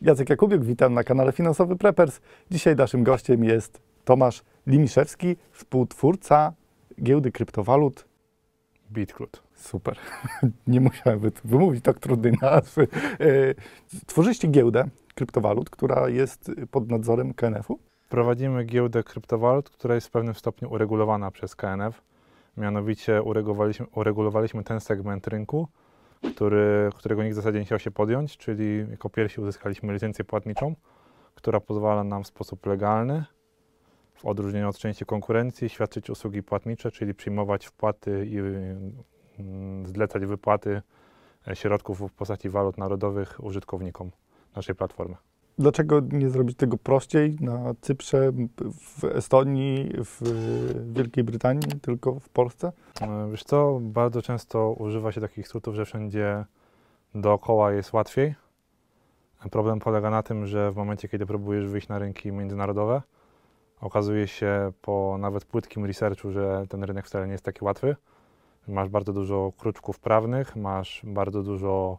Jacek Jakubiuk, witam na kanale Finansowy Preppers. Dzisiaj naszym gościem jest Tomasz Limiszewski, współtwórca giełdy kryptowalut BitCrude. Super, nie musiałem wymówić tak trudnej nazwy. Tworzycie giełdę kryptowalut, która jest pod nadzorem KNF-u? Prowadzimy giełdę kryptowalut, która jest w pewnym stopniu uregulowana przez KNF. Mianowicie uregulowaliśmy ten segment rynku, którego nikt w zasadzie nie chciał się podjąć, czyli jako pierwsi uzyskaliśmy licencję płatniczą, która pozwala nam w sposób legalny, w odróżnieniu od części konkurencji, świadczyć usługi płatnicze, czyli przyjmować wpłaty i zlecać wypłaty środków w postaci walut narodowych użytkownikom naszej platformy. Dlaczego nie zrobić tego prościej na Cyprze, w Estonii, w Wielkiej Brytanii, tylko w Polsce? Wiesz co, bardzo często używa się takich skrótów, że wszędzie dookoła jest łatwiej. Problem polega na tym, że w momencie, kiedy próbujesz wyjść na rynki międzynarodowe, okazuje się po nawet płytkim researchu, że ten rynek wcale nie jest taki łatwy. Masz bardzo dużo kruczków prawnych, masz bardzo dużo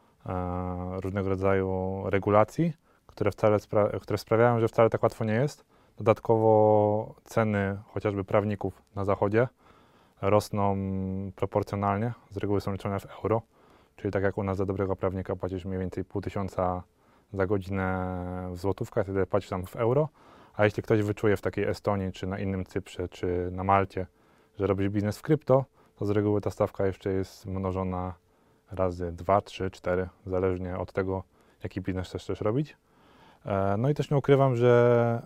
różnego rodzaju regulacji, które sprawiają, że wcale tak łatwo nie jest. Dodatkowo ceny chociażby prawników na zachodzie rosną proporcjonalnie, z reguły są liczone w euro, czyli tak jak u nas za dobrego prawnika płacisz mniej więcej 500 za godzinę w złotówkach, wtedy płacisz tam w euro, a jeśli ktoś wyczuje w takiej Estonii, czy na innym Cyprze, czy na Malcie, że robisz biznes w krypto, to z reguły ta stawka jeszcze jest mnożona razy 2, 3, 4, zależnie od tego, jaki biznes chcesz też robić. No i też nie ukrywam, że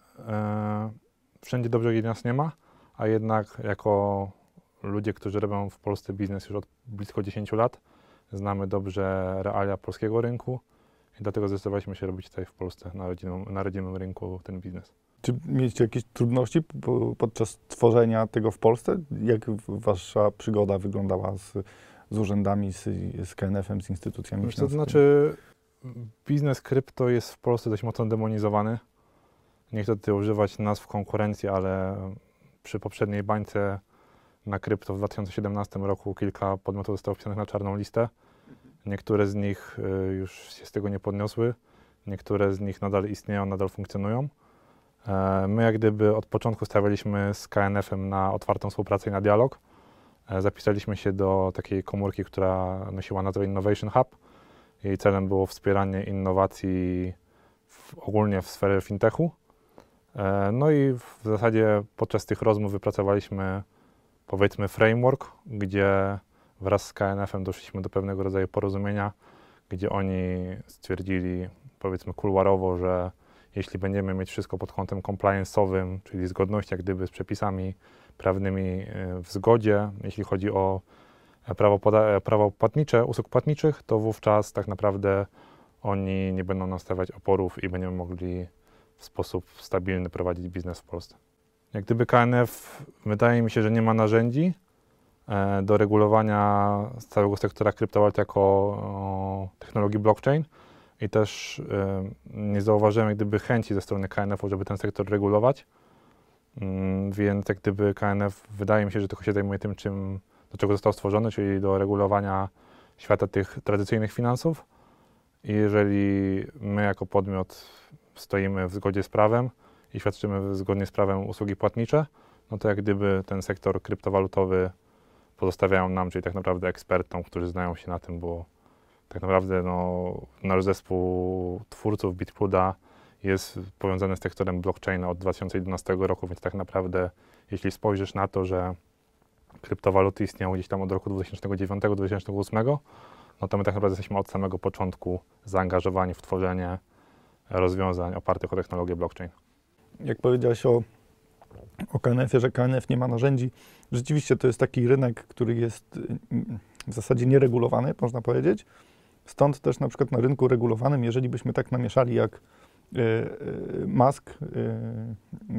wszędzie dobrze nas nie ma, a jednak jako ludzie, którzy robią w Polsce biznes już od blisko 10 lat, znamy dobrze realia polskiego rynku i dlatego zdecydowaliśmy się robić tutaj w Polsce, na rodzimym rynku ten biznes. Czy mieliście jakieś trudności podczas tworzenia tego w Polsce? Jak wasza przygoda wyglądała z urzędami, z KNF-em, z instytucjami finansowymi? To znaczy, biznes krypto jest w Polsce dość mocno demonizowany. Nie chcę tutaj używać nazw konkurencji, ale przy poprzedniej bańce na krypto w 2017 roku kilka podmiotów zostało wpisanych na czarną listę. Niektóre z nich już się z tego nie podniosły, niektóre z nich nadal istnieją, nadal funkcjonują. My jak gdyby od początku stawialiśmy z KNF-em na otwartą współpracę i na dialog. Zapisaliśmy się do takiej komórki, która nosiła nazwę Innovation Hub. Jej celem było wspieranie innowacji ogólnie w sferze fintechu. No i w zasadzie podczas tych rozmów wypracowaliśmy, powiedzmy, framework, gdzie wraz z KNF-em doszliśmy do pewnego rodzaju porozumienia, gdzie oni stwierdzili, powiedzmy kuluarowo, że jeśli będziemy mieć wszystko pod kątem compliance'owym, czyli zgodność jak gdyby z przepisami prawnymi w zgodzie, jeśli chodzi o prawo płatnicze, usług płatniczych, to wówczas tak naprawdę oni nie będą nam stawiać oporów i będziemy mogli w sposób stabilny prowadzić biznes w Polsce. Jak gdyby KNF, wydaje mi się, że nie ma narzędzi do regulowania całego sektora kryptowalut jako technologii blockchain i też nie zauważyłem jak gdyby chęci ze strony KNF-u, żeby ten sektor regulować, więc jak gdyby KNF, wydaje mi się, że tylko się zajmuje tym, do czego został stworzony, czyli do regulowania świata tych tradycyjnych finansów. I jeżeli my jako podmiot stoimy w zgodzie z prawem i świadczymy zgodnie z prawem usługi płatnicze, no to jak gdyby ten sektor kryptowalutowy pozostawiają nam, czyli tak naprawdę ekspertom, którzy znają się na tym, bo tak naprawdę nasz zespół twórców BitCrude'a jest powiązany z sektorem blockchaina od 2011 roku, więc tak naprawdę jeśli spojrzysz na to, że kryptowaluty istniały gdzieś tam od roku 2009-2008, no to my tak naprawdę jesteśmy od samego początku zaangażowani w tworzenie rozwiązań opartych o technologię blockchain. Jak powiedziałeś o KNF-ie, że KNF nie ma narzędzi, rzeczywiście to jest taki rynek, który jest w zasadzie nieregulowany, można powiedzieć. Stąd też na przykład na rynku regulowanym, jeżeli byśmy tak namieszali jak Musk,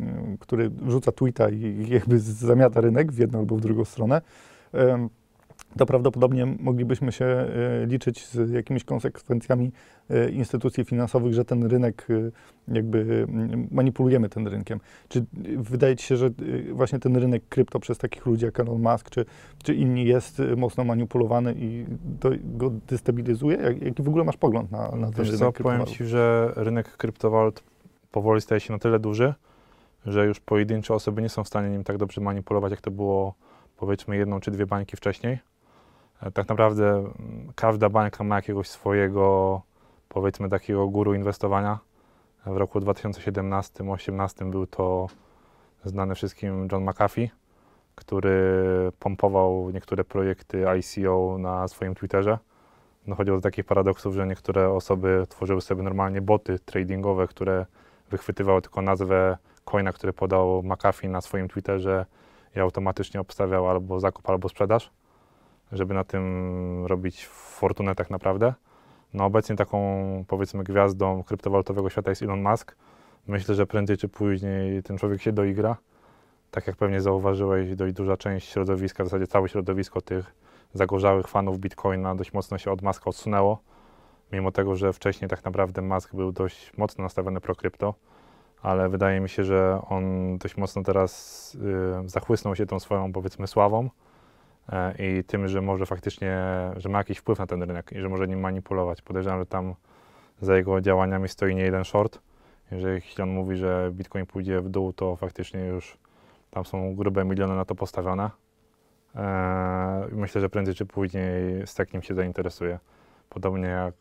który wrzuca tweeta i jakby zamiata rynek w jedną albo w drugą stronę, to prawdopodobnie moglibyśmy się liczyć z jakimiś konsekwencjami instytucji finansowych, że ten rynek jakby manipulujemy tym rynkiem. Czy wydaje ci się, że właśnie ten rynek krypto przez takich ludzi jak Elon Musk czy inni jest mocno manipulowany i to go destabilizuje? Jaki w ogóle masz pogląd na ten Wiesz rynek co, powiem kryptowalut? Ci, że rynek kryptowalut powoli staje się na tyle duży, że już pojedyncze osoby nie są w stanie nim tak dobrze manipulować, jak to było powiedzmy 1 czy 2 bańki wcześniej. Tak naprawdę każda bańka ma jakiegoś swojego, powiedzmy, takiego guru inwestowania. W roku 2017-2018 był to znany wszystkim John McAfee, który pompował niektóre projekty ICO na swoim Twitterze. Dochodziło do takich paradoksów, że niektóre osoby tworzyły sobie normalnie boty tradingowe, które wychwytywały tylko nazwę coina, który podał McAfee na swoim Twitterze i automatycznie obstawiał albo zakup, albo sprzedaż, żeby na tym robić fortunę tak naprawdę. No obecnie taką, powiedzmy, gwiazdą kryptowalutowego świata jest Elon Musk. Myślę, że prędzej czy później ten człowiek się doigra. Tak jak pewnie zauważyłeś, dość duża część środowiska, w zasadzie całe środowisko tych zagorzałych fanów Bitcoina dość mocno się od Muska odsunęło. Mimo tego, że wcześniej tak naprawdę Musk był dość mocno nastawiony pro krypto, ale wydaje mi się, że on dość mocno teraz zachłysnął się tą swoją, powiedzmy, sławą i tym, że może faktycznie, że ma jakiś wpływ na ten rynek i że może nim manipulować. Podejrzewam, że tam za jego działaniami stoi nie jeden short. Jeśli on mówi, że Bitcoin pójdzie w dół, to faktycznie już tam są grube miliony na to postawione. Myślę, że prędzej czy później Stek nim się zainteresuje. Podobnie jak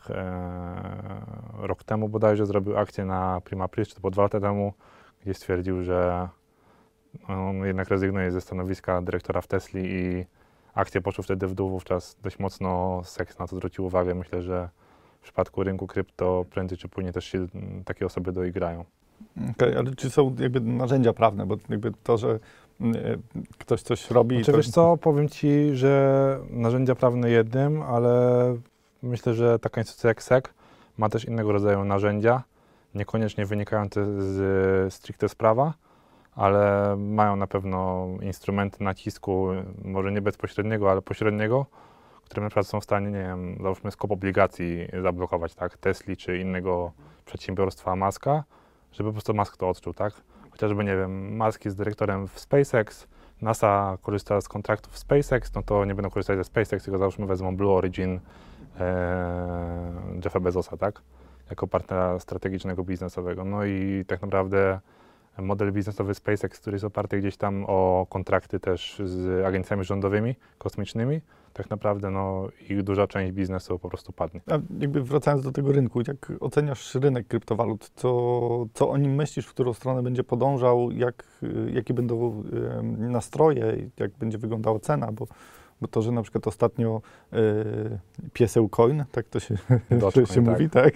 rok temu bodajże zrobił akcję na Prima Price, czy to było 2 lata temu, gdzie stwierdził, że on jednak rezygnuje ze stanowiska dyrektora w Tesli i akcje poszły wtedy w dół. Wówczas dość mocno Stek na to zwrócił uwagę. Myślę, że w przypadku rynku krypto prędzej czy później też się takie osoby doigrają. Okej, ale czy są jakby narzędzia prawne, bo jakby to, że ktoś coś robi... Znaczy, wiesz co, powiem Ci, że narzędzia prawne jednym, ale myślę, że taka instytucja jak SEC ma też innego rodzaju narzędzia, niekoniecznie wynikające z stricte z prawa, ale mają na pewno instrumenty nacisku, może nie bezpośredniego, ale pośredniego, które na przykład są w stanie, nie wiem, załóżmy skop obligacji zablokować, tak, Tesli czy innego przedsiębiorstwa Muska, żeby po prostu Musk to odczuł, tak? Chociażby, nie wiem, Musk jest dyrektorem w SpaceX, NASA korzysta z kontraktów w SpaceX, no to nie będą korzystać ze SpaceX, tylko załóżmy wezmą Blue Origin Jeffa Bezosa, tak? Jako partnera strategicznego biznesowego. No i tak naprawdę model biznesowy SpaceX, który jest oparty gdzieś tam o kontrakty też z agencjami rządowymi, kosmicznymi, tak naprawdę no, ich duża część biznesu po prostu padnie. A jakby wracając do tego rynku, jak oceniasz rynek kryptowalut? Co o nim myślisz, w którą stronę będzie podążał, jakie będą nastroje, jak będzie wyglądała cena? Bo to, że na przykład ostatnio pieseł coin, tak to się, się mówi, tak?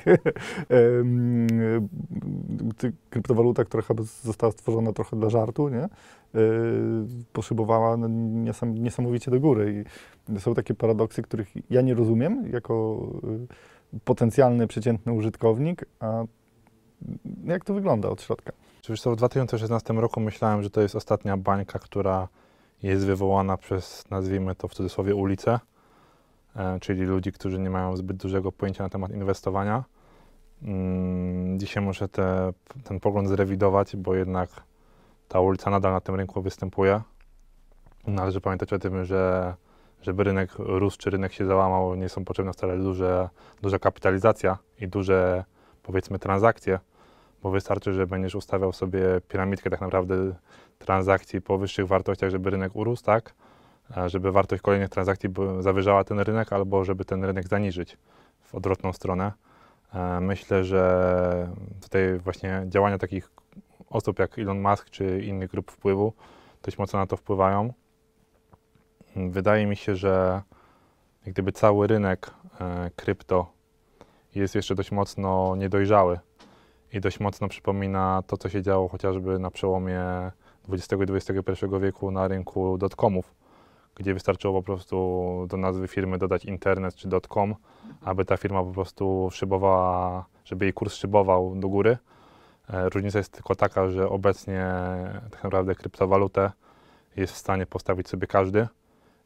Kryptowaluta, która chyba została stworzona trochę dla żartu, nie? Poszybowała niesamowicie do góry. I są takie paradoksy, których ja nie rozumiem jako potencjalny, przeciętny użytkownik, a jak to wygląda od środka? Oczywiście w 2016 roku myślałem, że to jest ostatnia bańka, która jest wywołana przez, nazwijmy to w cudzysłowie, ulicę, czyli ludzi, którzy nie mają zbyt dużego pojęcia na temat inwestowania. Dzisiaj muszę ten pogląd zrewidować, bo jednak ta ulica nadal na tym rynku występuje. Należy pamiętać o tym, że żeby rynek rósł, czy rynek się załamał, nie są potrzebne wcale duża kapitalizacja i duże, powiedzmy, transakcje, bo wystarczy, że będziesz ustawiał sobie piramidkę tak naprawdę transakcji po wyższych wartościach, żeby rynek urósł, tak? Żeby wartość kolejnych transakcji zawyżała ten rynek, albo żeby ten rynek zaniżyć w odwrotną stronę. Myślę, że tutaj właśnie działania takich osób jak Elon Musk czy innych grup wpływu dość mocno na to wpływają. Wydaje mi się, że jak gdyby cały rynek krypto jest jeszcze dość mocno niedojrzały i dość mocno przypomina to, co się działo chociażby na przełomie XX i XXI wieku na rynku dotcomów, gdzie wystarczyło po prostu do nazwy firmy dodać internet czy .com, aby ta firma po prostu szybowała, żeby jej kurs szybował do góry. Różnica jest tylko taka, że obecnie tak naprawdę kryptowalutę jest w stanie postawić sobie każdy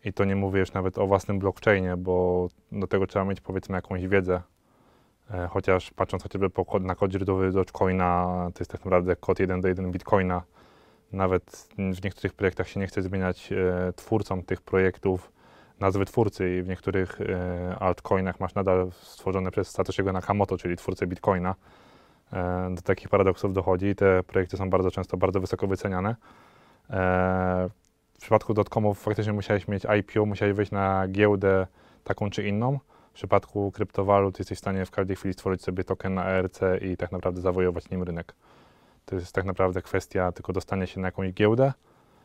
I to nie mówię już nawet o własnym blockchainie, bo do tego trzeba mieć powiedzmy jakąś wiedzę. Chociaż patrząc chociażby na kod źródłowy Dogecoina, to jest tak naprawdę kod 1:1 Bitcoina. Nawet w niektórych projektach się nie chce zmieniać twórcom tych projektów nazwy twórcy i w niektórych altcoinach masz nadal stworzone przez Satoshi'ego Nakamoto, czyli twórcę Bitcoina. Do takich paradoksów dochodzi i te projekty są bardzo często bardzo wysoko wyceniane. W przypadku dotcomów faktycznie musiałeś mieć IPO, musiałeś wejść na giełdę taką czy inną. W przypadku kryptowalut jesteś w stanie w każdej chwili stworzyć sobie token na ERC i tak naprawdę zawojować nim rynek. To jest tak naprawdę kwestia tylko dostania się na jakąś giełdę.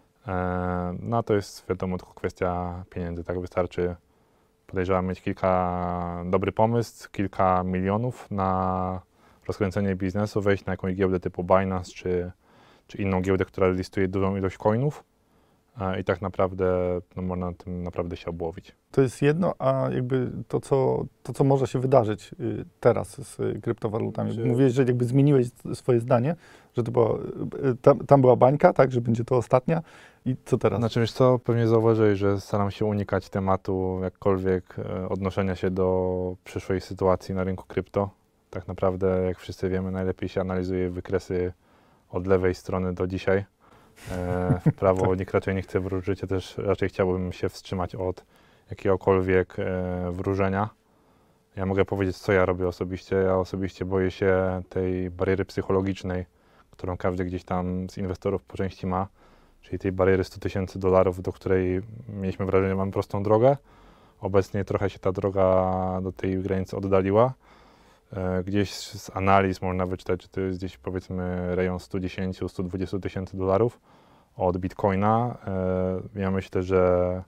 No to jest wiadomo tylko kwestia pieniędzy, tak wystarczy, podejrzewam, mieć dobry pomysł, kilka milionów na rozkręcenie biznesu, wejść na jakąś giełdę typu Binance czy inną giełdę, która listuje dużą ilość coinów i tak naprawdę no, można na tym naprawdę się obłowić. To jest jedno, a jakby to, co może się wydarzyć teraz z kryptowalutami. Mówiłeś, że jakby zmieniłeś swoje zdanie, że to była, tam była bańka, tak, że będzie to ostatnia i co teraz? Znaczy wiesz co, pewnie zauważyłeś, że staram się unikać tematu jakkolwiek odnoszenia się do przyszłej sytuacji na rynku krypto. Tak naprawdę, jak wszyscy wiemy, najlepiej się analizuje wykresy od lewej strony do dzisiaj. W prawo nikt raczej nie chce wróżyć, ja też raczej chciałbym się wstrzymać od jakiegokolwiek wróżenia. Ja mogę powiedzieć, co ja robię osobiście. Ja osobiście boję się tej bariery psychologicznej, którą każdy gdzieś tam z inwestorów po części ma, czyli tej bariery $100,000, do której mieliśmy wrażenie, że mamy prostą drogę. Obecnie trochę się ta droga do tej granicy oddaliła. Gdzieś z analiz można wyczytać, że to jest gdzieś powiedzmy rejon $110,000–120,000 od Bitcoina. Ja myślę, że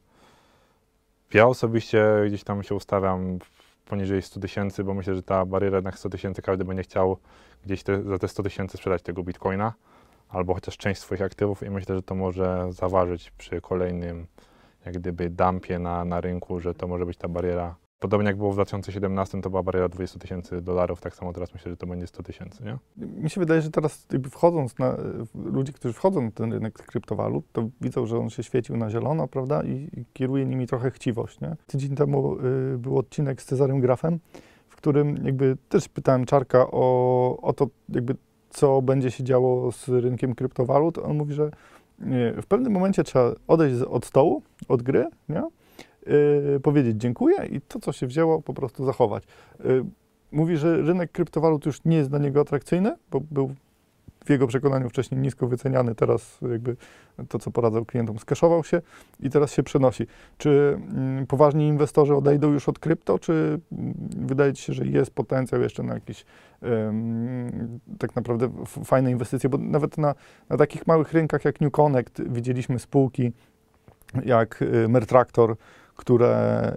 ja osobiście gdzieś tam się ustawiam poniżej 100,000, bo myślę, że ta bariera jednak 100,000 każdy będzie chciał gdzieś za te 100,000 sprzedać tego Bitcoina albo chociaż część swoich aktywów i myślę, że to może zaważyć przy kolejnym jak gdyby dumpie na rynku, że to może być ta bariera. Podobnie jak było w 2017, to była bariera $20,000, tak samo teraz myślę, że to będzie 100,000, nie? Mi się wydaje, że teraz jakby ludzie, którzy wchodzą na ten rynek kryptowalut, to widzą, że on się świecił na zielono, prawda, i kieruje nimi trochę chciwość, nie? Tydzień temu był odcinek z Cezarym Grafem, w którym jakby też pytałem Czarka o to, jakby co będzie się działo z rynkiem kryptowalut. On mówi, że w pewnym momencie trzeba odejść od stołu, od gry, nie? Powiedzieć dziękuję i to, co się wzięło, po prostu zachować. Mówi, że rynek kryptowalut już nie jest dla niego atrakcyjny, bo był w jego przekonaniu wcześniej nisko wyceniany, teraz jakby to, co poradzał klientom, skaszował się i teraz się przenosi. Czy poważni inwestorzy odejdą już od krypto, czy wydaje ci się, że jest potencjał jeszcze na jakieś tak naprawdę fajne inwestycje, bo nawet na takich małych rynkach jak New Connect widzieliśmy spółki jak Mertractor, które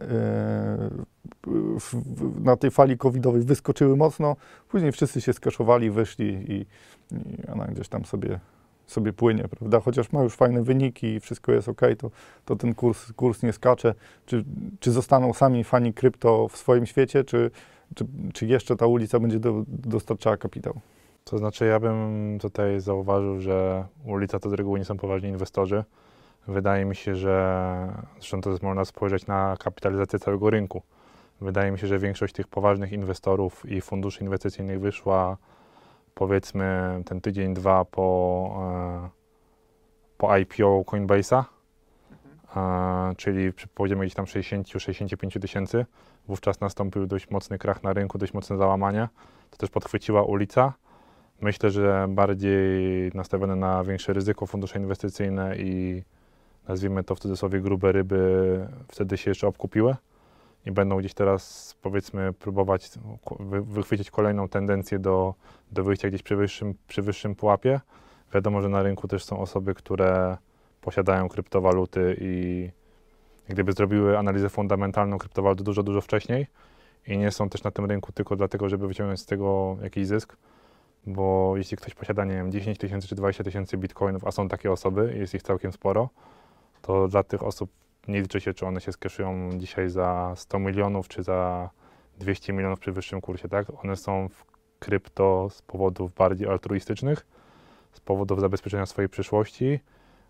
na tej fali covidowej wyskoczyły mocno, później wszyscy się skaszowali, wyszli i ona gdzieś tam sobie płynie, prawda? Chociaż ma już fajne wyniki i wszystko jest ok, to ten kurs nie skacze. Czy zostaną sami fani krypto w swoim świecie, czy jeszcze ta ulica będzie dostarczała kapitał? To znaczy, ja bym tutaj zauważył, że ulica to z reguły nie są poważni inwestorzy. Wydaje mi się, że zresztą to jest, można spojrzeć na kapitalizację całego rynku. Wydaje mi się, że większość tych poważnych inwestorów i funduszy inwestycyjnych wyszła powiedzmy ten tydzień, dwa po IPO Coinbase'a, czyli przy poziomie gdzieś tam 60–65 tysięcy. Wówczas nastąpił dość mocny krach na rynku, dość mocne załamanie. To też podchwyciła ulica. Myślę, że bardziej nastawione na większe ryzyko fundusze inwestycyjne i nazwijmy to w cudzysłowie grube ryby wtedy się jeszcze obkupiły i będą gdzieś teraz powiedzmy próbować wychwycić kolejną tendencję do wyjścia gdzieś przy wyższym pułapie. Wiadomo, że na rynku też są osoby, które posiadają kryptowaluty i gdyby zrobiły analizę fundamentalną kryptowalut dużo wcześniej i nie są też na tym rynku tylko dlatego, żeby wyciągnąć z tego jakiś zysk, bo jeśli ktoś posiada, nie wiem, 10,000 czy 20,000 bitcoinów, a są takie osoby, jest ich całkiem sporo, to dla tych osób nie liczy się, czy one się skeszują dzisiaj za 100 milionów, czy za 200 milionów przy wyższym kursie, tak? One są w krypto z powodów bardziej altruistycznych, z powodów zabezpieczenia swojej przyszłości,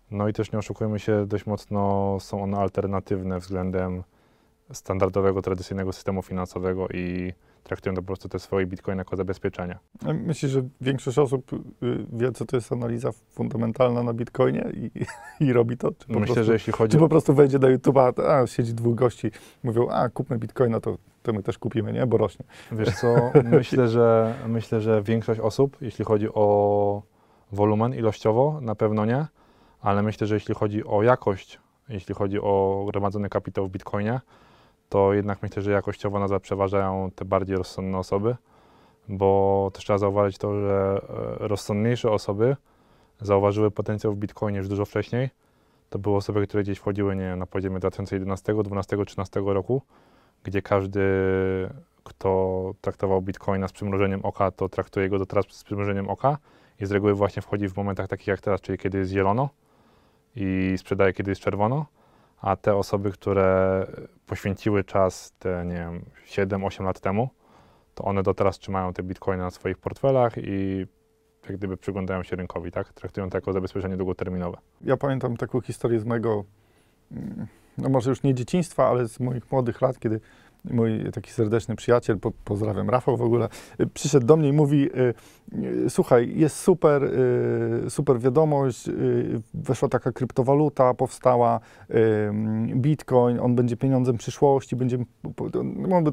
No i też nie oszukujmy się, dość mocno są one alternatywne względem standardowego, tradycyjnego systemu finansowego i traktują to po prostu te swoje bitcoiny jako zabezpieczenie. Myślę, że większość osób wie, co to jest analiza fundamentalna na Bitcoinie i robi to? Czy Myślę, że jeśli chodzi czy po prostu wejdzie do YouTube'a, a siedzi dwóch gości, mówią, kupmy Bitcoina, to my też kupimy, nie? Bo rośnie. Wiesz co, myślę, że większość osób, jeśli chodzi o wolumen ilościowo, na pewno nie, ale myślę, że jeśli chodzi o jakość, jeśli chodzi o gromadzony kapitał w Bitcoinie, to jednak myślę, że jakościowo nadal przeważają te bardziej rozsądne osoby, bo też trzeba zauważyć to, że rozsądniejsze osoby zauważyły potencjał w Bitcoinie już dużo wcześniej. To były osoby, które gdzieś wchodziły, nie wiem, na poziomie 2011, 2012, 2013 roku, gdzie każdy, kto traktował Bitcoina z przymrużeniem oka, to traktuje go do teraz z przymrużeniem oka i z reguły właśnie wchodzi w momentach takich jak teraz, czyli kiedy jest zielono i sprzedaje, kiedy jest czerwono, a te osoby, które poświęciły czas te, nie wiem, 7-8 lat temu, to one do teraz trzymają te Bitcoiny na swoich portfelach i jak gdyby przyglądają się rynkowi, tak? Traktują to jako zabezpieczenie długoterminowe. Ja pamiętam taką historię z mojego, no może już nie dzieciństwa, ale z moich młodych lat, kiedy mój taki serdeczny przyjaciel, pozdrawiam Rafał w ogóle, przyszedł do mnie i mówi, słuchaj, jest super wiadomość, weszła taka kryptowaluta, powstała Bitcoin, on będzie pieniądzem przyszłości, on był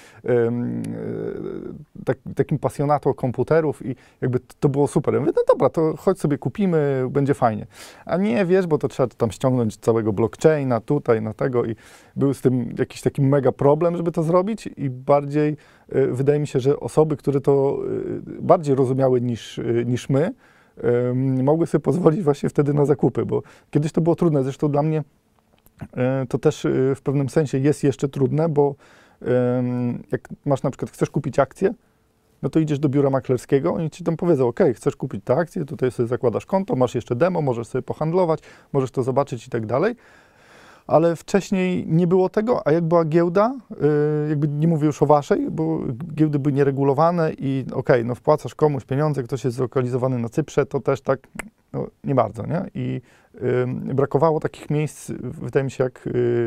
takim pasjonatą komputerów i jakby to było super. Ja mówię, no dobra, to chodź sobie kupimy, będzie fajnie. A nie, wiesz, bo to trzeba tam ściągnąć całego blockchaina tutaj, na tego i był z tym jakiś taki mega problem, żeby to zrobić i bardziej wydaje mi się, że osoby, które to bardziej rozumiały niż my, mogły sobie pozwolić właśnie wtedy na zakupy, bo kiedyś to było trudne. Zresztą dla mnie to też w pewnym sensie jest jeszcze trudne, bo jak masz na przykład, chcesz kupić akcję, no to idziesz do biura maklerskiego, oni ci tam powiedzą, ok, chcesz kupić tę akcję, tutaj sobie zakładasz konto, masz jeszcze demo, możesz sobie pohandlować, możesz to zobaczyć i tak dalej. Ale wcześniej nie było tego, a jak była giełda, jakby nie mówię już o waszej, bo giełdy były nieregulowane i no wpłacasz komuś pieniądze, ktoś jest zlokalizowany na Cyprze, to też tak, no nie bardzo, nie? I brakowało takich miejsc, wydaje mi się, jak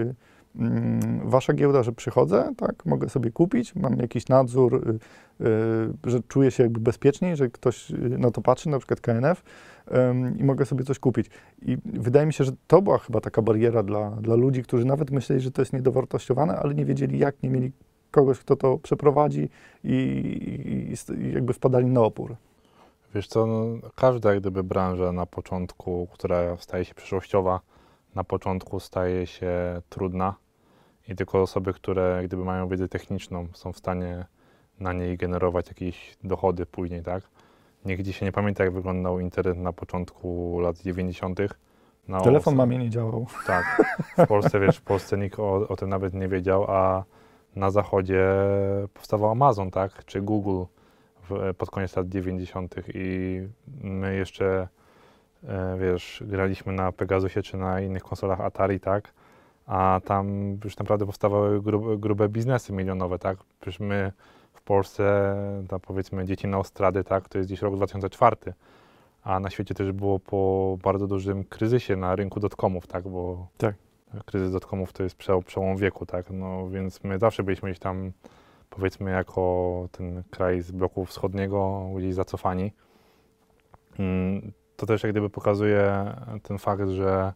wasza giełda, że przychodzę, tak, mogę sobie kupić, mam jakiś nadzór, że czuję się jakby bezpieczniej, że ktoś na to patrzy, na przykład KNF, i mogę sobie coś kupić. I wydaje mi się, że to była chyba taka bariera dla ludzi, którzy nawet myśleli, że to jest niedowartościowane, ale nie wiedzieli jak, nie mieli kogoś, kto to przeprowadzi i jakby wpadali na opór. Wiesz co, no, każda jak gdyby branża na początku, która staje się przyszłościowa, na początku staje się trudna i tylko osoby, które jak gdyby mają wiedzę techniczną, są w stanie na niej generować jakieś dochody później, tak? Nikt dzisiaj nie pamięta, jak wyglądał internet na początku lat 90. Telefon mamie nie działał. Tak, w Polsce, wiesz, w Polsce nikt o tym nawet nie wiedział, a na zachodzie powstawał Amazon, tak, czy Google pod koniec lat 90. i my jeszcze, wiesz, graliśmy na Pegasusie czy na innych konsolach Atari, tak, a tam już naprawdę powstawały grube biznesy milionowe, tak, przecież my w Polsce, tam powiedzmy dzieci na Ostrady, tak, to jest gdzieś rok 2004, a na świecie też było po bardzo dużym kryzysie na rynku dotcomów, tak, bo tak. Kryzys dotcomów to jest przełom wieku, tak, no więc my zawsze byliśmy gdzieś tam, powiedzmy, jako ten kraj z bloku wschodniego gdzieś zacofani. To też jak gdyby pokazuje ten fakt, że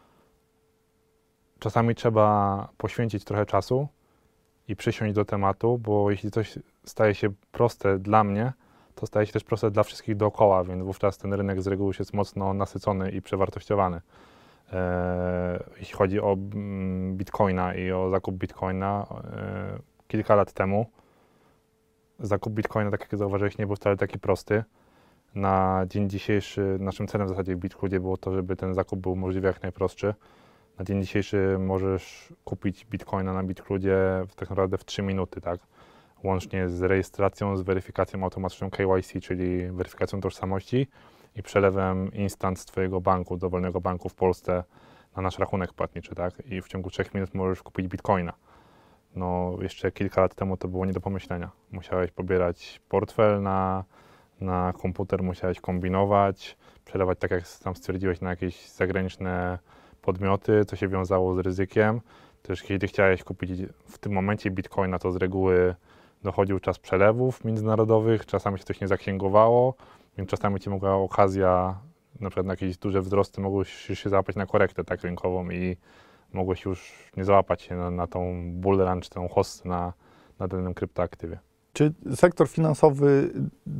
czasami trzeba poświęcić trochę czasu i przysiąść do tematu, bo jeśli coś staje się proste dla mnie, to staje się też proste dla wszystkich dookoła, więc wówczas ten rynek z reguły już jest mocno nasycony i przewartościowany. Jeśli chodzi o Bitcoina i o zakup Bitcoina, kilka lat temu zakup Bitcoina, tak jak zauważyłeś, nie był wcale taki prosty. Na dzień dzisiejszy naszym celem w zasadzie w BitCludzie było to, żeby ten zakup był możliwie jak najprostszy. Na dzień dzisiejszy możesz kupić Bitcoina na BitCludzie tak naprawdę w 3 minuty, tak? Łącznie z rejestracją, z weryfikacją automatyczną KYC, czyli weryfikacją tożsamości i przelewem instant z twojego banku, dowolnego banku w Polsce na nasz rachunek płatniczy, tak? I w ciągu 3 minut możesz kupić Bitcoina. No, jeszcze kilka lat temu to było nie do pomyślenia. Musiałeś pobierać portfel na komputer musiałeś kombinować, przelewać, tak jak sam stwierdziłeś, na jakieś zagraniczne podmioty, co się wiązało z ryzykiem. Też kiedy chciałeś kupić w tym momencie bitcoina, to z reguły dochodził czas przelewów międzynarodowych, czasami się coś nie zaksięgowało, więc czasami ci mogła okazja, na przykład na jakieś duże wzrosty, mogłeś się załapać na korektę tak rynkową i mogłeś już nie załapać się na tą bull run czy tą hossę na danym kryptoaktywie. Czy sektor finansowy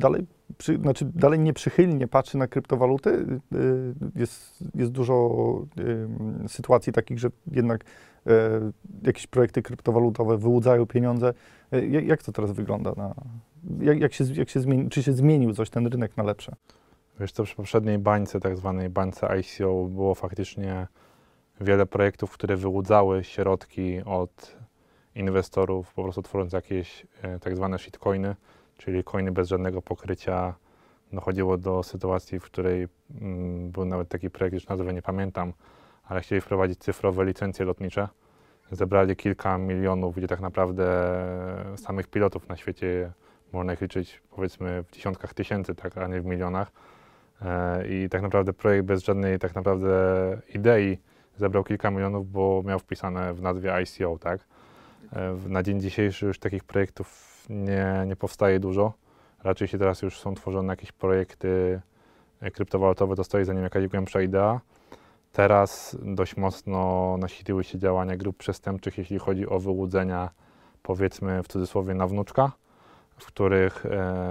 dalej nieprzychylnie patrzy na kryptowaluty? Jest dużo sytuacji takich, że jednak jakieś projekty kryptowalutowe wyłudzają pieniądze. Jak to teraz wygląda? Czy się zmienił coś ten rynek na lepsze? Wiesz co, przy poprzedniej bańce, tak zwanej bańce ICO, było faktycznie wiele projektów, które wyłudzały środki od inwestorów, po prostu tworząc jakieś tak zwane shitcoiny, czyli coiny bez żadnego pokrycia. Dochodziło do sytuacji, w której był nawet taki projekt, już nazwy nie pamiętam, ale chcieli wprowadzić cyfrowe licencje lotnicze. Zebrali kilka milionów, gdzie tak naprawdę samych pilotów na świecie można ich liczyć powiedzmy w dziesiątkach tysięcy, tak, a nie w milionach. I tak naprawdę projekt bez żadnej tak naprawdę idei zebrał kilka milionów, bo miał wpisane w nazwie ICO, tak? Na dzień dzisiejszy już takich projektów nie powstaje dużo. Raczej się teraz już są tworzone jakieś projekty kryptowalutowe, to stoi za nim jakaś głębsza idea. Teraz dość mocno nasiliły się działania grup przestępczych, jeśli chodzi o wyłudzenia, powiedzmy w cudzysłowie, na wnuczka, w których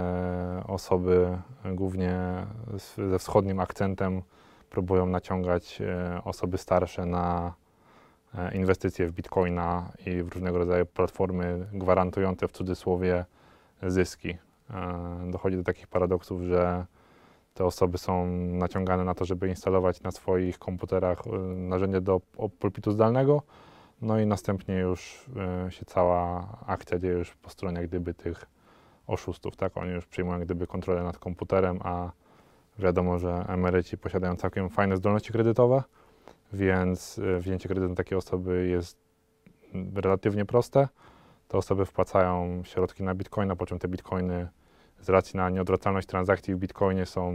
osoby głównie ze wschodnim akcentem próbują naciągać osoby starsze na inwestycje w bitcoina i w różnego rodzaju platformy gwarantujące w cudzysłowie zyski. Dochodzi do takich paradoksów, że te osoby są naciągane na to, żeby instalować na swoich komputerach narzędzie do pulpitu zdalnego, no i następnie już się cała akcja dzieje już po stronie jak gdyby tych oszustów, tak? Oni już przyjmują jak gdyby kontrolę nad komputerem, a wiadomo, że emeryci posiadają całkiem fajne zdolności kredytowe, więc wzięcie kredytu na takie osoby jest relatywnie proste. Te osoby wpłacają środki na bitcoina, po czym te bitcoiny z racji na nieodwracalność transakcji w bitcoinie są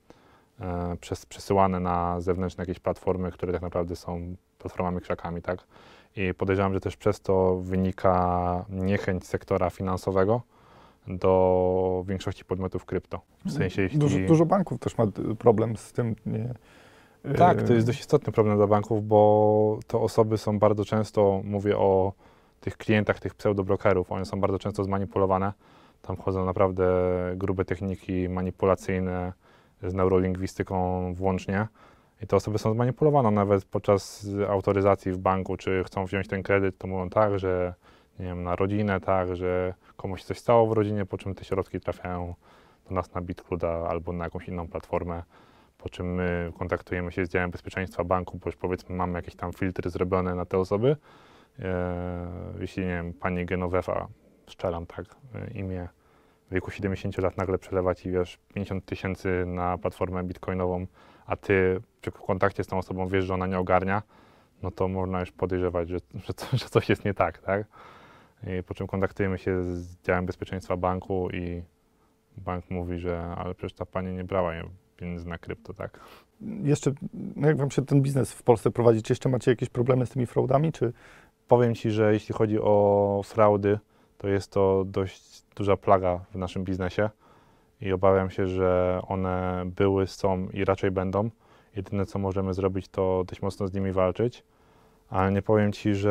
przesyłane na zewnętrzne jakieś platformy, które tak naprawdę są platformami krzakami, tak? I podejrzewam, że też przez to wynika niechęć sektora finansowego do większości podmiotów krypto. W sensie, jeśli... Dużo banków też ma problem z tym. Tak, to jest dość istotny problem dla banków, bo te osoby są bardzo często, mówię o tych klientach, tych pseudobrokerów, one są bardzo często zmanipulowane. Tam wchodzą naprawdę grube techniki manipulacyjne z neurolingwistyką włącznie. I te osoby są zmanipulowane nawet podczas autoryzacji w banku, czy chcą wziąć ten kredyt, to mówią tak, że nie wiem, na rodzinę, tak, że komuś coś stało w rodzinie, po czym te środki trafiają do nas na BitCruda albo na jakąś inną platformę, po czym my kontaktujemy się z działem bezpieczeństwa banku, bo już powiedzmy mamy jakieś tam filtry zrobione na te osoby. Jeśli nie wiem, pani Genovefa, strzelam tak, imię, w wieku 70 lat nagle przelewa ci, wiesz, 50 000 na platformę bitcoinową, a ty przy kontakcie z tą osobą wiesz, że ona nie ogarnia, no to można już podejrzewać, że coś jest nie tak, tak? I po czym kontaktujemy się z działem bezpieczeństwa banku i bank mówi, że ale przecież ta pani nie brała pieniędzy na krypto, tak? Jeszcze, jak wam się ten biznes w Polsce prowadzi, czy jeszcze macie jakieś problemy z tymi fraudami, czy... Powiem ci, że jeśli chodzi o fraudy, to jest to dość duża plaga w naszym biznesie i obawiam się, że one były, są i raczej będą. Jedyne, co możemy zrobić, to dość mocno z nimi walczyć, ale nie powiem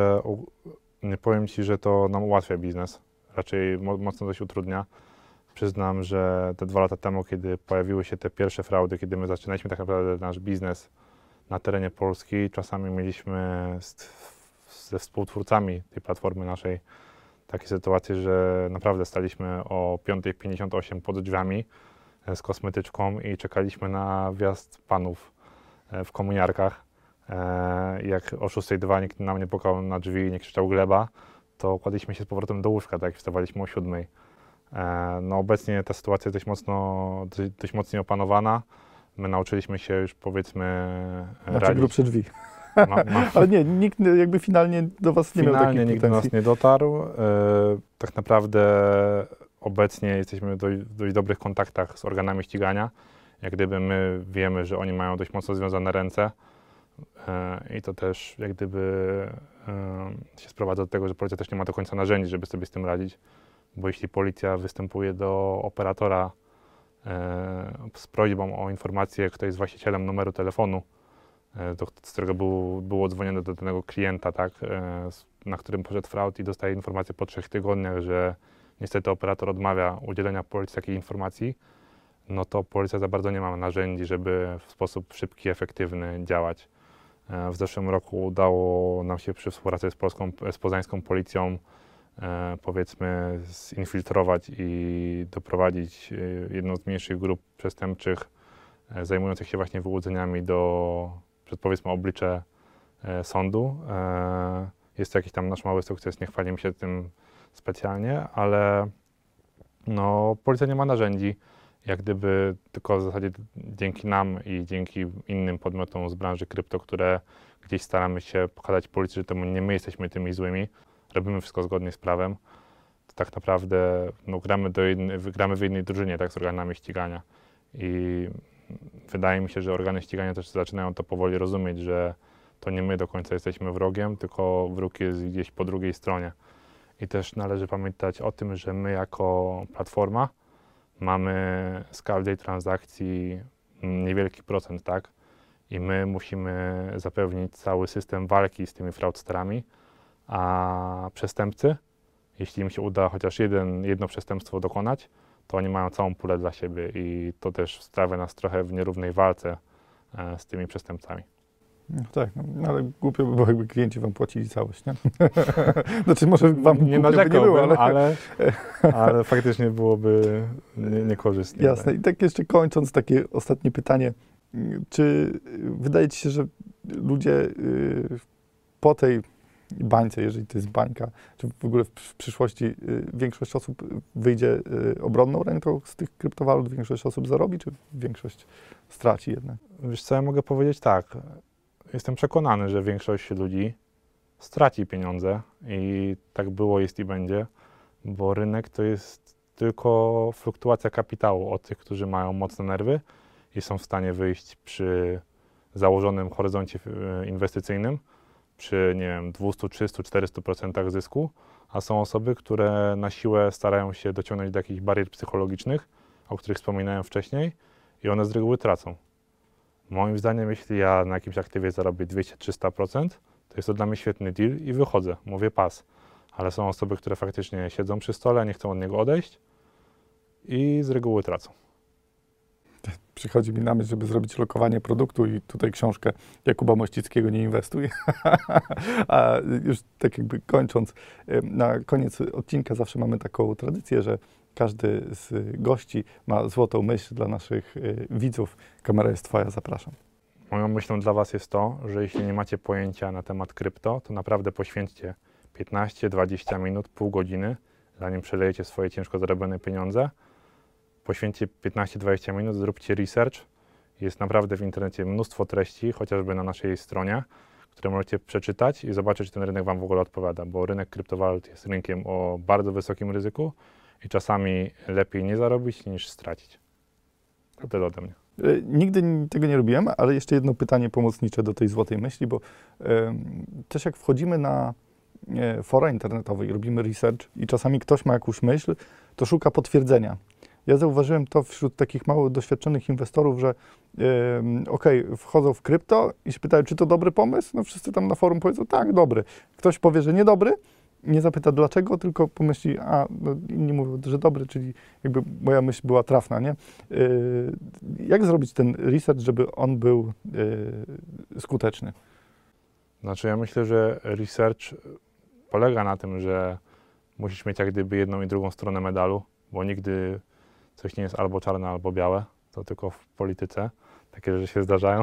ci, że to nam ułatwia biznes. Raczej mocno coś utrudnia. Przyznam, że te 2 lata temu, kiedy pojawiły się te pierwsze fraudy, kiedy my zaczynaliśmy tak naprawdę nasz biznes na terenie Polski, czasami mieliśmy ze współtwórcami tej platformy naszej takie sytuacje, że naprawdę staliśmy o 5:58 pod drzwiami z kosmetyczką i czekaliśmy na wjazd panów w kominiarkach. Jak o 6:02 nikt nam nie pukał na drzwi i nie krzyczał gleba, to kładliśmy się z powrotem do łóżka, tak jak wstawaliśmy o 7:00. No obecnie ta sytuacja jest dość mocniej opanowana. My nauczyliśmy się już, powiedzmy, radzić. Grubsze drzwi. Ale nie, nikt jakby finalnie do was nie miał takich pretensji. Nikt do nas nie dotarł. Tak naprawdę obecnie jesteśmy w dość dobrych kontaktach z organami ścigania. Jak gdyby my wiemy, że oni mają dość mocno związane ręce i to też jak gdyby się sprowadza do tego, że policja też nie ma do końca narzędzi, żeby sobie z tym radzić, bo jeśli policja występuje do operatora z prośbą o informację, kto jest właścicielem numeru telefonu, z którego było dzwonione do danego klienta, tak, na którym poszedł fraud i dostaje informację po 3 tygodniach, że niestety operator odmawia udzielenia policji takiej informacji, no to policja za bardzo nie ma narzędzi, żeby w sposób szybki i efektywny działać. W zeszłym roku udało nam się przy współpracy z poznańską policją powiedzmy zinfiltrować i doprowadzić jedną z mniejszych grup przestępczych zajmujących się właśnie wyłudzeniami przed powiedzmy oblicze sądu. Jest to jakiś tam nasz mały sukces, nie chwalimy się tym specjalnie, ale no, policja nie ma narzędzi, jak gdyby tylko w zasadzie dzięki nam i dzięki innym podmiotom z branży krypto, które gdzieś staramy się pokazać policji, że to nie my jesteśmy tymi złymi, robimy wszystko zgodnie z prawem, to tak naprawdę no, gramy w jednej drużynie, tak, z organami ścigania. I wydaje mi się, że organy ścigania też zaczynają to powoli rozumieć, że to nie my do końca jesteśmy wrogiem, tylko wróg jest gdzieś po drugiej stronie. I też należy pamiętać o tym, że my jako platforma mamy z każdej transakcji niewielki procent, tak? I my musimy zapewnić cały system walki z tymi fraudsterami, a przestępcy, jeśli im się uda chociaż jedno przestępstwo dokonać, to oni mają całą pulę dla siebie i to też stawia nas trochę w nierównej walce z tymi przestępcami. No tak, no, ale głupio by było, jakby klienci wam płacili całość, nie? Znaczy może wam nie narzekałbym, ale faktycznie byłoby niekorzystnie. Jasne. I tak jeszcze kończąc, takie ostatnie pytanie. Czy wydaje ci się, że ludzie po tej bańce, jeżeli to jest bańka, czy w ogóle w przyszłości większość osób wyjdzie obronną ręką z tych kryptowalut, większość osób zarobi, czy większość straci jednak? Wiesz co, ja mogę powiedzieć tak. Jestem przekonany, że większość ludzi straci pieniądze i tak było, jest i będzie, bo rynek to jest tylko fluktuacja kapitału od tych, którzy mają mocne nerwy i są w stanie wyjść przy założonym horyzoncie inwestycyjnym przy, nie wiem, 200, 300, 400% zysku, a są osoby, które na siłę starają się dociągnąć do jakichś barier psychologicznych, o których wspominałem wcześniej i one z reguły tracą. Moim zdaniem, jeśli ja na jakimś aktywie zarobię 200-300%, to jest to dla mnie świetny deal i wychodzę, mówię pas. Ale są osoby, które faktycznie siedzą przy stole, nie chcą od niego odejść i z reguły tracą. Przychodzi mi na myśl, żeby zrobić lokowanie produktu i tutaj książkę Jakuba Mościckiego Nie inwestuj. A już tak jakby kończąc, na koniec odcinka zawsze mamy taką tradycję, że każdy z gości ma złotą myśl dla naszych widzów. Kamera jest twoja, zapraszam. Moją myślą dla was jest to, że jeśli nie macie pojęcia na temat krypto, to naprawdę poświęćcie 15-20 minut, pół godziny, zanim przelejecie swoje ciężko zarobione pieniądze. Poświęćcie 15-20 minut, zróbcie research. Jest naprawdę w internecie mnóstwo treści, chociażby na naszej stronie, które możecie przeczytać i zobaczyć, czy ten rynek wam w ogóle odpowiada, bo rynek kryptowalut jest rynkiem o bardzo wysokim ryzyku i czasami lepiej nie zarobić niż stracić. To tyle ode mnie. Nigdy tego nie robiłem, ale jeszcze jedno pytanie pomocnicze do tej złotej myśli, bo też jak wchodzimy na fora internetowe i robimy research i czasami ktoś ma jakąś myśl, to szuka potwierdzenia. Ja zauważyłem to wśród takich mało doświadczonych inwestorów, że wchodzą w krypto i się pytają, czy to dobry pomysł? No wszyscy tam na forum powiedzą, tak, dobry. Ktoś powie, że niedobry, nie zapyta dlaczego, tylko pomyśli, no inni mówią, że dobry, czyli jakby moja myśl była trafna, nie? Jak zrobić ten research, żeby on był skuteczny? Znaczy ja myślę, że research polega na tym, że musisz mieć jak gdyby jedną i drugą stronę medalu, bo nigdy coś nie jest albo czarne, albo białe, to tylko w polityce takie rzeczy się zdarzają.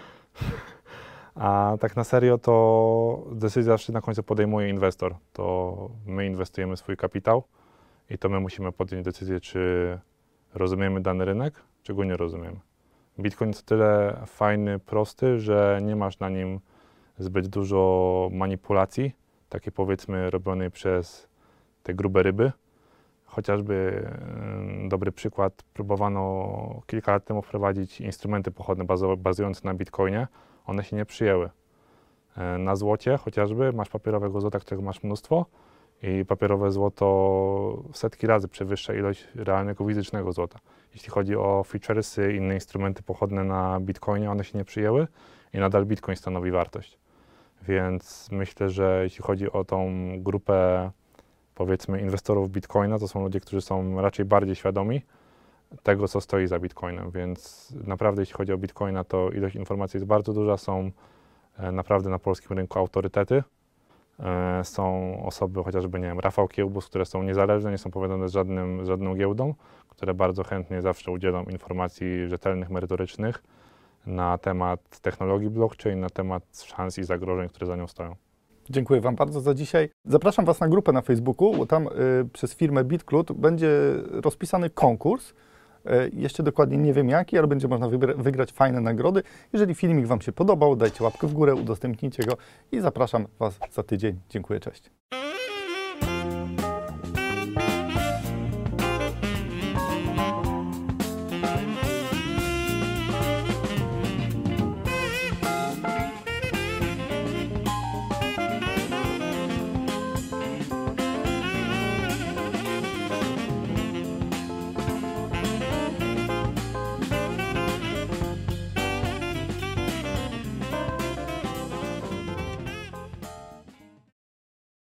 A tak na serio to decyzję zawsze na końcu podejmuje inwestor. To my inwestujemy swój kapitał i to my musimy podjąć decyzję, czy rozumiemy dany rynek, czy go nie rozumiemy. Bitcoin jest tyle fajny, prosty, że nie masz na nim zbyt dużo manipulacji, takiej powiedzmy robionej przez te grube ryby. Chociażby dobry przykład, próbowano kilka lat temu wprowadzić instrumenty pochodne bazujące na Bitcoinie. One się nie przyjęły. Na złocie chociażby masz papierowego złota, którego masz mnóstwo i papierowe złoto setki razy przewyższa ilość realnego fizycznego złota. Jeśli chodzi o featuresy, inne instrumenty pochodne na Bitcoinie, one się nie przyjęły i nadal Bitcoin stanowi wartość. Więc myślę, że jeśli chodzi o tą grupę, powiedzmy, inwestorów Bitcoina, to są ludzie, którzy są raczej bardziej świadomi tego, co stoi za Bitcoinem. Więc naprawdę, jeśli chodzi o Bitcoina, to ilość informacji jest bardzo duża, są naprawdę na polskim rynku autorytety. Są osoby, chociażby, nie wiem, Rafał Kiełbus, które są niezależne, nie są powiązane z żadną giełdą, które bardzo chętnie zawsze udzielą informacji rzetelnych, merytorycznych na temat technologii blockchain, na temat szans i zagrożeń, które za nią stoją. Dziękuję Wam bardzo za dzisiaj. Zapraszam Was na grupę na Facebooku, bo tam przez firmę BitCloud będzie rozpisany konkurs. Jeszcze dokładnie nie wiem jaki, ale będzie można wygrać fajne nagrody. Jeżeli filmik Wam się podobał, dajcie łapkę w górę, udostępnijcie go i zapraszam Was za tydzień. Dziękuję, cześć.